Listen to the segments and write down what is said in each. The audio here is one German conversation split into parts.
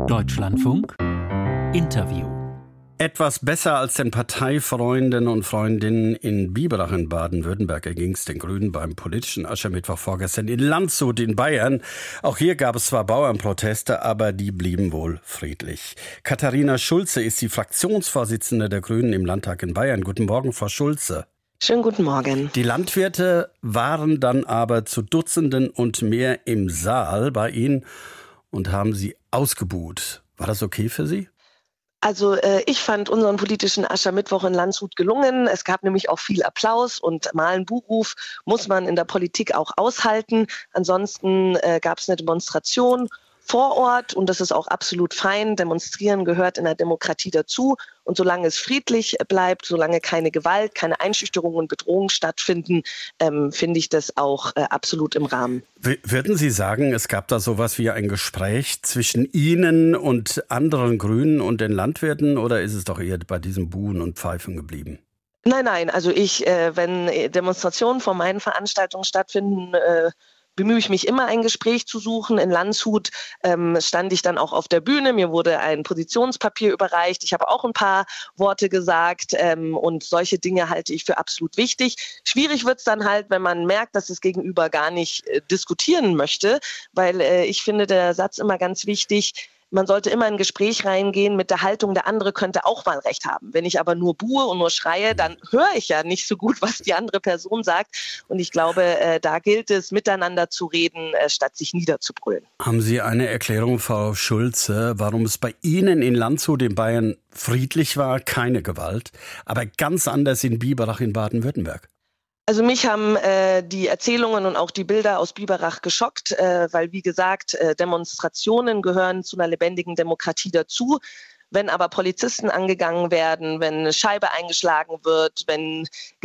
Deutschlandfunk Interview. Etwas besser als den Parteifreunden und Freundinnen in Biberach in Baden-Württemberg erging es den Grünen beim politischen Aschermittwoch vorgestern in Landshut in Bayern. Auch hier gab es zwar Bauernproteste, aber die blieben wohl friedlich. Katharina Schulze ist die Fraktionsvorsitzende der Grünen im Landtag in Bayern. Guten Morgen, Frau Schulze. Schönen guten Morgen. Die Landwirte waren dann aber zu Dutzenden und mehr im Saal bei Ihnen und haben Sie ausgebuht. War das okay für Sie? Also ich fand unseren politischen Aschermittwoch in Landshut gelungen. Es gab nämlich auch viel Applaus und mal einen Buhruf muss man in der Politik auch aushalten. Ansonsten gab es eine Demonstration vor Ort und das ist auch absolut fein. Demonstrieren gehört in der Demokratie dazu. Und solange es friedlich bleibt, solange keine Gewalt, keine Einschüchterung und Bedrohung stattfinden, finde ich das auch absolut im Rahmen. Würden Sie sagen, es gab da sowas wie ein Gespräch zwischen Ihnen und anderen Grünen und den Landwirten, oder ist es doch eher bei diesem Buhen und Pfeifen geblieben? Nein, also wenn Demonstrationen vor meinen Veranstaltungen stattfinden, bemühe ich mich immer, ein Gespräch zu suchen. In Landshut stand ich dann auch auf der Bühne. Mir wurde ein Positionspapier überreicht. Ich habe auch ein paar Worte gesagt und solche Dinge halte ich für absolut wichtig. Schwierig wird es dann halt, wenn man merkt, dass das Gegenüber gar nicht diskutieren möchte, weil ich finde der Satz immer ganz wichtig. Man sollte immer in ein Gespräch reingehen mit der Haltung, der andere könnte auch mal recht haben. Wenn ich aber nur buhe und nur schreie, dann höre ich ja nicht so gut, was die andere Person sagt. Und ich glaube, da gilt es, miteinander zu reden, statt sich niederzubrüllen. Haben Sie eine Erklärung, Frau Schulze, warum es bei Ihnen in Landshut in Bayern friedlich war, keine Gewalt, aber ganz anders in Biberach in Baden-Württemberg? Also mich haben die Erzählungen und auch die Bilder aus Biberach geschockt, weil wie gesagt, Demonstrationen gehören zu einer lebendigen Demokratie dazu. Wenn aber Polizisten angegangen werden, wenn eine Scheibe eingeschlagen wird, wenn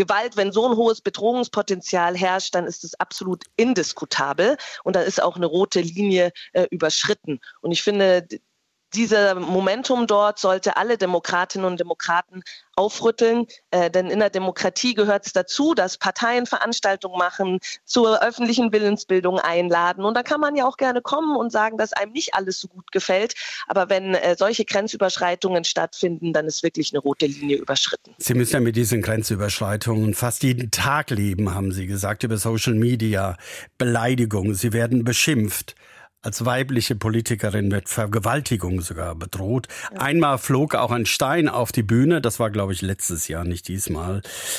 so ein hohes Bedrohungspotenzial herrscht, dann ist es absolut indiskutabel und da ist auch eine rote Linie überschritten. Und ich finde, dieser Momentum dort sollte alle Demokratinnen und Demokraten aufrütteln, denn in der Demokratie gehört es dazu, dass Parteien Veranstaltungen machen, zur öffentlichen Willensbildung einladen. Und da kann man ja auch gerne kommen und sagen, dass einem nicht alles so gut gefällt. Aber wenn solche Grenzüberschreitungen stattfinden, dann ist wirklich eine rote Linie überschritten. Sie müssen ja mit diesen Grenzüberschreitungen fast jeden Tag leben, haben Sie gesagt, über Social Media, Beleidigungen, Sie werden beschimpft. Als weibliche Politikerin wird Vergewaltigung sogar bedroht. Ja. Einmal flog auch ein Stein auf die Bühne. Das war, glaube ich, letztes Jahr, nicht diesmal.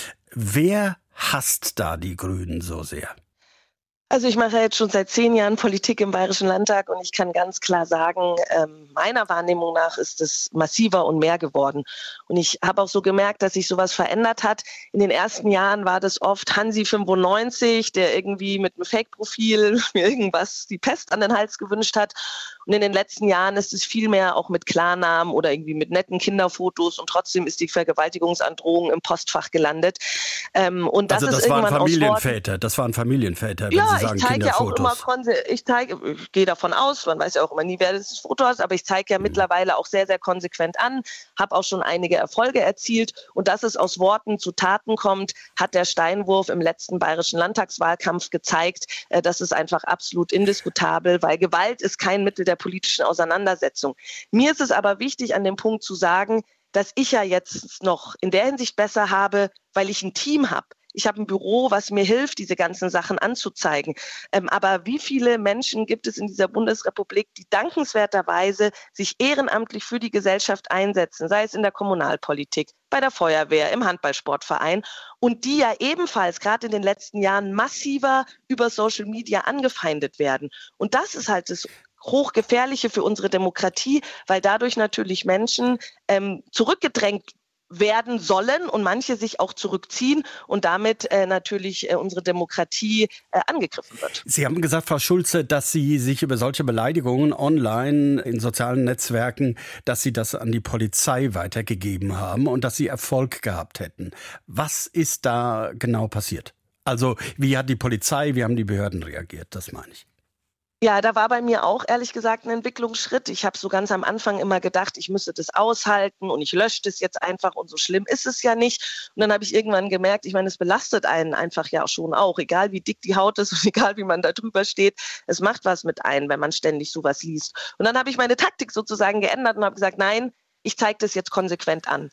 Wer hasst da die Grünen so sehr? Also ich mache jetzt schon seit 10 Jahren Politik im Bayerischen Landtag und ich kann ganz klar sagen, meiner Wahrnehmung nach ist es massiver und mehr geworden. Und ich habe auch so gemerkt, dass sich sowas verändert hat. In den ersten Jahren war das oft Hansi95, der irgendwie mit einem Fake-Profil mir irgendwas, die Pest an den Hals gewünscht hat. Und in den letzten Jahren ist es viel mehr auch mit Klarnamen oder irgendwie mit netten Kinderfotos und trotzdem ist die Vergewaltigungsandrohung im Postfach gelandet. Und das also ist irgendwann Familienväter, das waren Familienväter, wenn Sie sagen, ich zeige ja auch immer, ich gehe davon aus, man weiß ja auch immer nie, wer das Foto hat, aber ich zeige ja mittlerweile auch sehr, sehr konsequent an, habe auch schon einige Erfolge erzielt und dass es aus Worten zu Taten kommt, hat der Steinwurf im letzten bayerischen Landtagswahlkampf gezeigt. Das ist einfach absolut indiskutabel, weil Gewalt ist kein Mittel der politischen Auseinandersetzung. Mir ist es aber wichtig, an dem Punkt zu sagen, dass ich ja jetzt noch in der Hinsicht besser habe, weil ich ein Team habe. Ich habe ein Büro, was mir hilft, diese ganzen Sachen anzuzeigen. Aber wie viele Menschen gibt es in dieser Bundesrepublik, die dankenswerterweise sich ehrenamtlich für die Gesellschaft einsetzen, sei es in der Kommunalpolitik, bei der Feuerwehr, im Handballsportverein und die ja ebenfalls gerade in den letzten Jahren massiver über Social Media angefeindet werden. Und das ist halt das Hochgefährliche für unsere Demokratie, weil dadurch natürlich Menschen zurückgedrängt werden sollen und manche sich auch zurückziehen und damit natürlich unsere Demokratie angegriffen wird. Sie haben gesagt, Frau Schulze, dass Sie sich über solche Beleidigungen online in sozialen Netzwerken, dass Sie das an die Polizei weitergegeben haben und dass Sie Erfolg gehabt hätten. Was ist da genau passiert? Also wie hat die Polizei, wie haben die Behörden reagiert? Das meine ich. Ja, da war bei mir auch ehrlich gesagt ein Entwicklungsschritt. Ich habe so ganz am Anfang immer gedacht, ich müsste das aushalten und ich lösche das jetzt einfach und so schlimm ist es ja nicht. Und dann habe ich irgendwann gemerkt, ich meine, es belastet einen einfach ja schon auch, egal wie dick die Haut ist und egal wie man da drüber steht. Es macht was mit einem, wenn man ständig sowas liest. Und dann habe ich meine Taktik sozusagen geändert und habe gesagt, nein, ich zeige das jetzt konsequent an.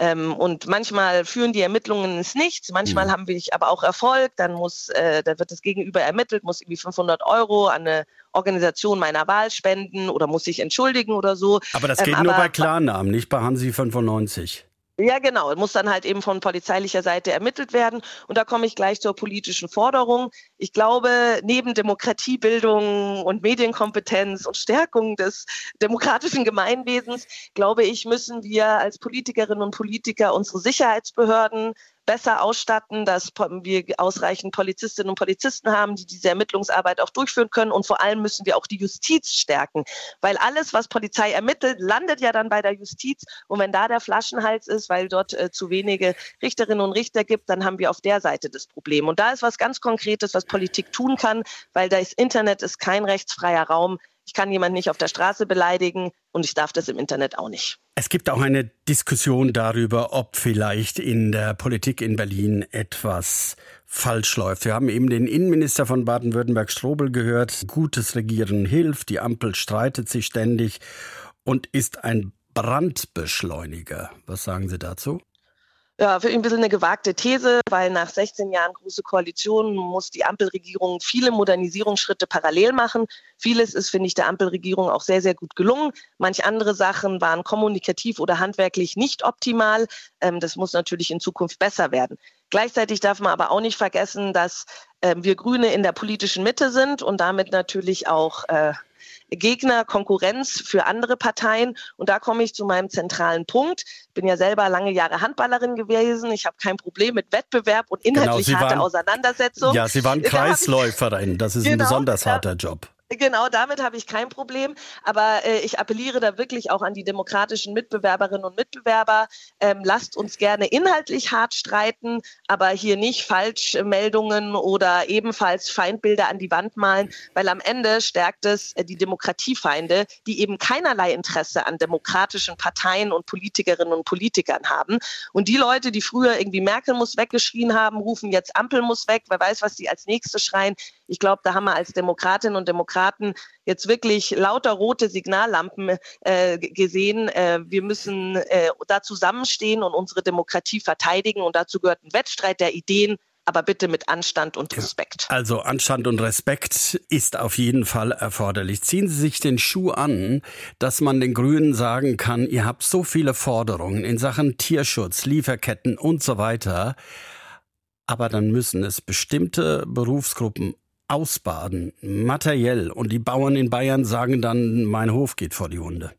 Und manchmal führen die Ermittlungen ins Nichts, manchmal haben wir aber auch Erfolg, dann da wird das Gegenüber ermittelt, muss irgendwie 500 € an eine Organisation meiner Wahl spenden oder muss sich entschuldigen oder so. Aber das geht nur bei Klarnamen, nicht bei Hansi 95. Ja, genau. Muss dann halt eben von polizeilicher Seite ermittelt werden. Und da komme ich gleich zur politischen Forderung. Ich glaube, neben Demokratiebildung und Medienkompetenz und Stärkung des demokratischen Gemeinwesens, glaube ich, müssen wir als Politikerinnen und Politiker unsere Sicherheitsbehörden besser ausstatten, dass wir ausreichend Polizistinnen und Polizisten haben, die diese Ermittlungsarbeit auch durchführen können. Und vor allem müssen wir auch die Justiz stärken, weil alles, was Polizei ermittelt, landet ja dann bei der Justiz. Und wenn da der Flaschenhals ist, weil dort zu wenige Richterinnen und Richter gibt, dann haben wir auf der Seite das Problem. Und da ist was ganz Konkretes, was Politik tun kann, weil das Internet ist kein rechtsfreier Raum. Ich kann jemanden nicht auf der Straße beleidigen und ich darf das im Internet auch nicht. Es gibt auch eine Diskussion darüber, ob vielleicht in der Politik in Berlin etwas falsch läuft. Wir haben eben den Innenminister von Baden-Württemberg, Strobel, gehört. Gutes Regieren hilft, die Ampel streitet sich ständig und ist ein Brandbeschleuniger. Was sagen Sie dazu? Ja, für ihn ein bisschen eine gewagte These, weil nach 16 Jahren Große Koalition muss die Ampelregierung viele Modernisierungsschritte parallel machen. Vieles ist, finde ich, der Ampelregierung auch sehr, sehr gut gelungen. Manch andere Sachen waren kommunikativ oder handwerklich nicht optimal. Das muss natürlich in Zukunft besser werden. Gleichzeitig darf man aber auch nicht vergessen, dass wir Grüne in der politischen Mitte sind und damit natürlich auch Gegner, Konkurrenz für andere Parteien. Und da komme ich zu meinem zentralen Punkt. Ich bin ja selber lange Jahre Handballerin gewesen. Ich habe kein Problem mit Wettbewerb und inhaltlich harte Auseinandersetzung. Ja, Sie waren Kreisläuferin. Das ist ein besonders harter Job. Genau, damit habe ich kein Problem. Aber ich appelliere da wirklich auch an die demokratischen Mitbewerberinnen und Mitbewerber. Lasst uns gerne inhaltlich hart streiten, aber hier nicht Falschmeldungen oder ebenfalls Feindbilder an die Wand malen, weil am Ende stärkt es die Demokratiefeinde, die eben keinerlei Interesse an demokratischen Parteien und Politikerinnen und Politikern haben. Und die Leute, die früher irgendwie Merkel muss weggeschrien haben, rufen jetzt Ampel muss weg. Wer weiß, was die als nächstes schreien. Ich glaube, da haben wir als Demokratinnen und Demokraten jetzt wirklich lauter rote Signallampen gesehen. Wir müssen da zusammenstehen und unsere Demokratie verteidigen. Und dazu gehört ein Wettstreit der Ideen, aber bitte mit Anstand und Respekt. Ja, also Anstand und Respekt ist auf jeden Fall erforderlich. Ziehen Sie sich den Schuh an, dass man den Grünen sagen kann, ihr habt so viele Forderungen in Sachen Tierschutz, Lieferketten und so weiter. Aber dann müssen es bestimmte Berufsgruppen ausbaden, materiell. Und die Bauern in Bayern sagen dann, mein Hof geht vor die Hunde.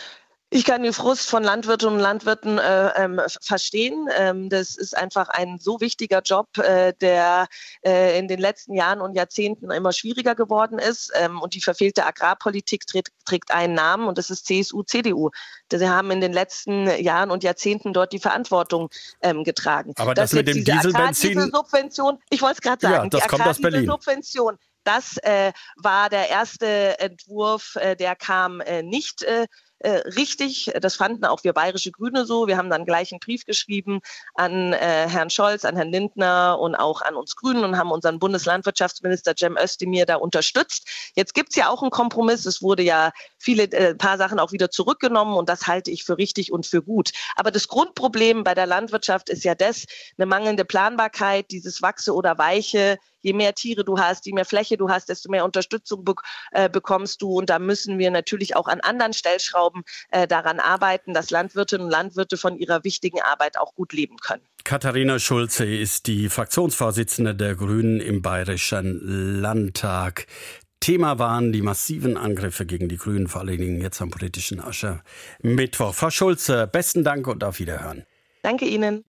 Ich kann den Frust von Landwirtinnen und Landwirten verstehen. Das ist einfach ein so wichtiger Job, der in den letzten Jahren und Jahrzehnten immer schwieriger geworden ist. Und die verfehlte Agrarpolitik trägt einen Namen und das ist CSU, CDU. Sie haben in den letzten Jahren und Jahrzehnten dort die Verantwortung getragen. Aber das mit dem Dieselbenzin... Subvention, ich wollte es gerade sagen, ja, das kommt aus Berlin. Subvention. Das war der erste Entwurf, der kam nicht richtig. Das fanden auch wir bayerische Grüne so. Wir haben dann gleich einen Brief geschrieben an Herrn Scholz, an Herrn Lindner und auch an uns Grünen und haben unseren Bundeslandwirtschaftsminister Cem Özdemir da unterstützt. Jetzt gibt's ja auch einen Kompromiss. Es wurde ja ein paar Sachen auch wieder zurückgenommen und das halte ich für richtig und für gut. Aber das Grundproblem bei der Landwirtschaft ist ja eine mangelnde Planbarkeit, dieses Wachse oder Weiche. Je mehr Tiere du hast, je mehr Fläche du hast, desto mehr Unterstützung bekommst du. Und da müssen wir natürlich auch an anderen Stellschrauben daran arbeiten, dass Landwirtinnen und Landwirte von ihrer wichtigen Arbeit auch gut leben können. Katharina Schulze ist die Fraktionsvorsitzende der Grünen im Bayerischen Landtag. Thema waren die massiven Angriffe gegen die Grünen, vor allen Dingen jetzt am politischen Aschermittwoch. Frau Schulze, besten Dank und auf Wiederhören. Danke Ihnen.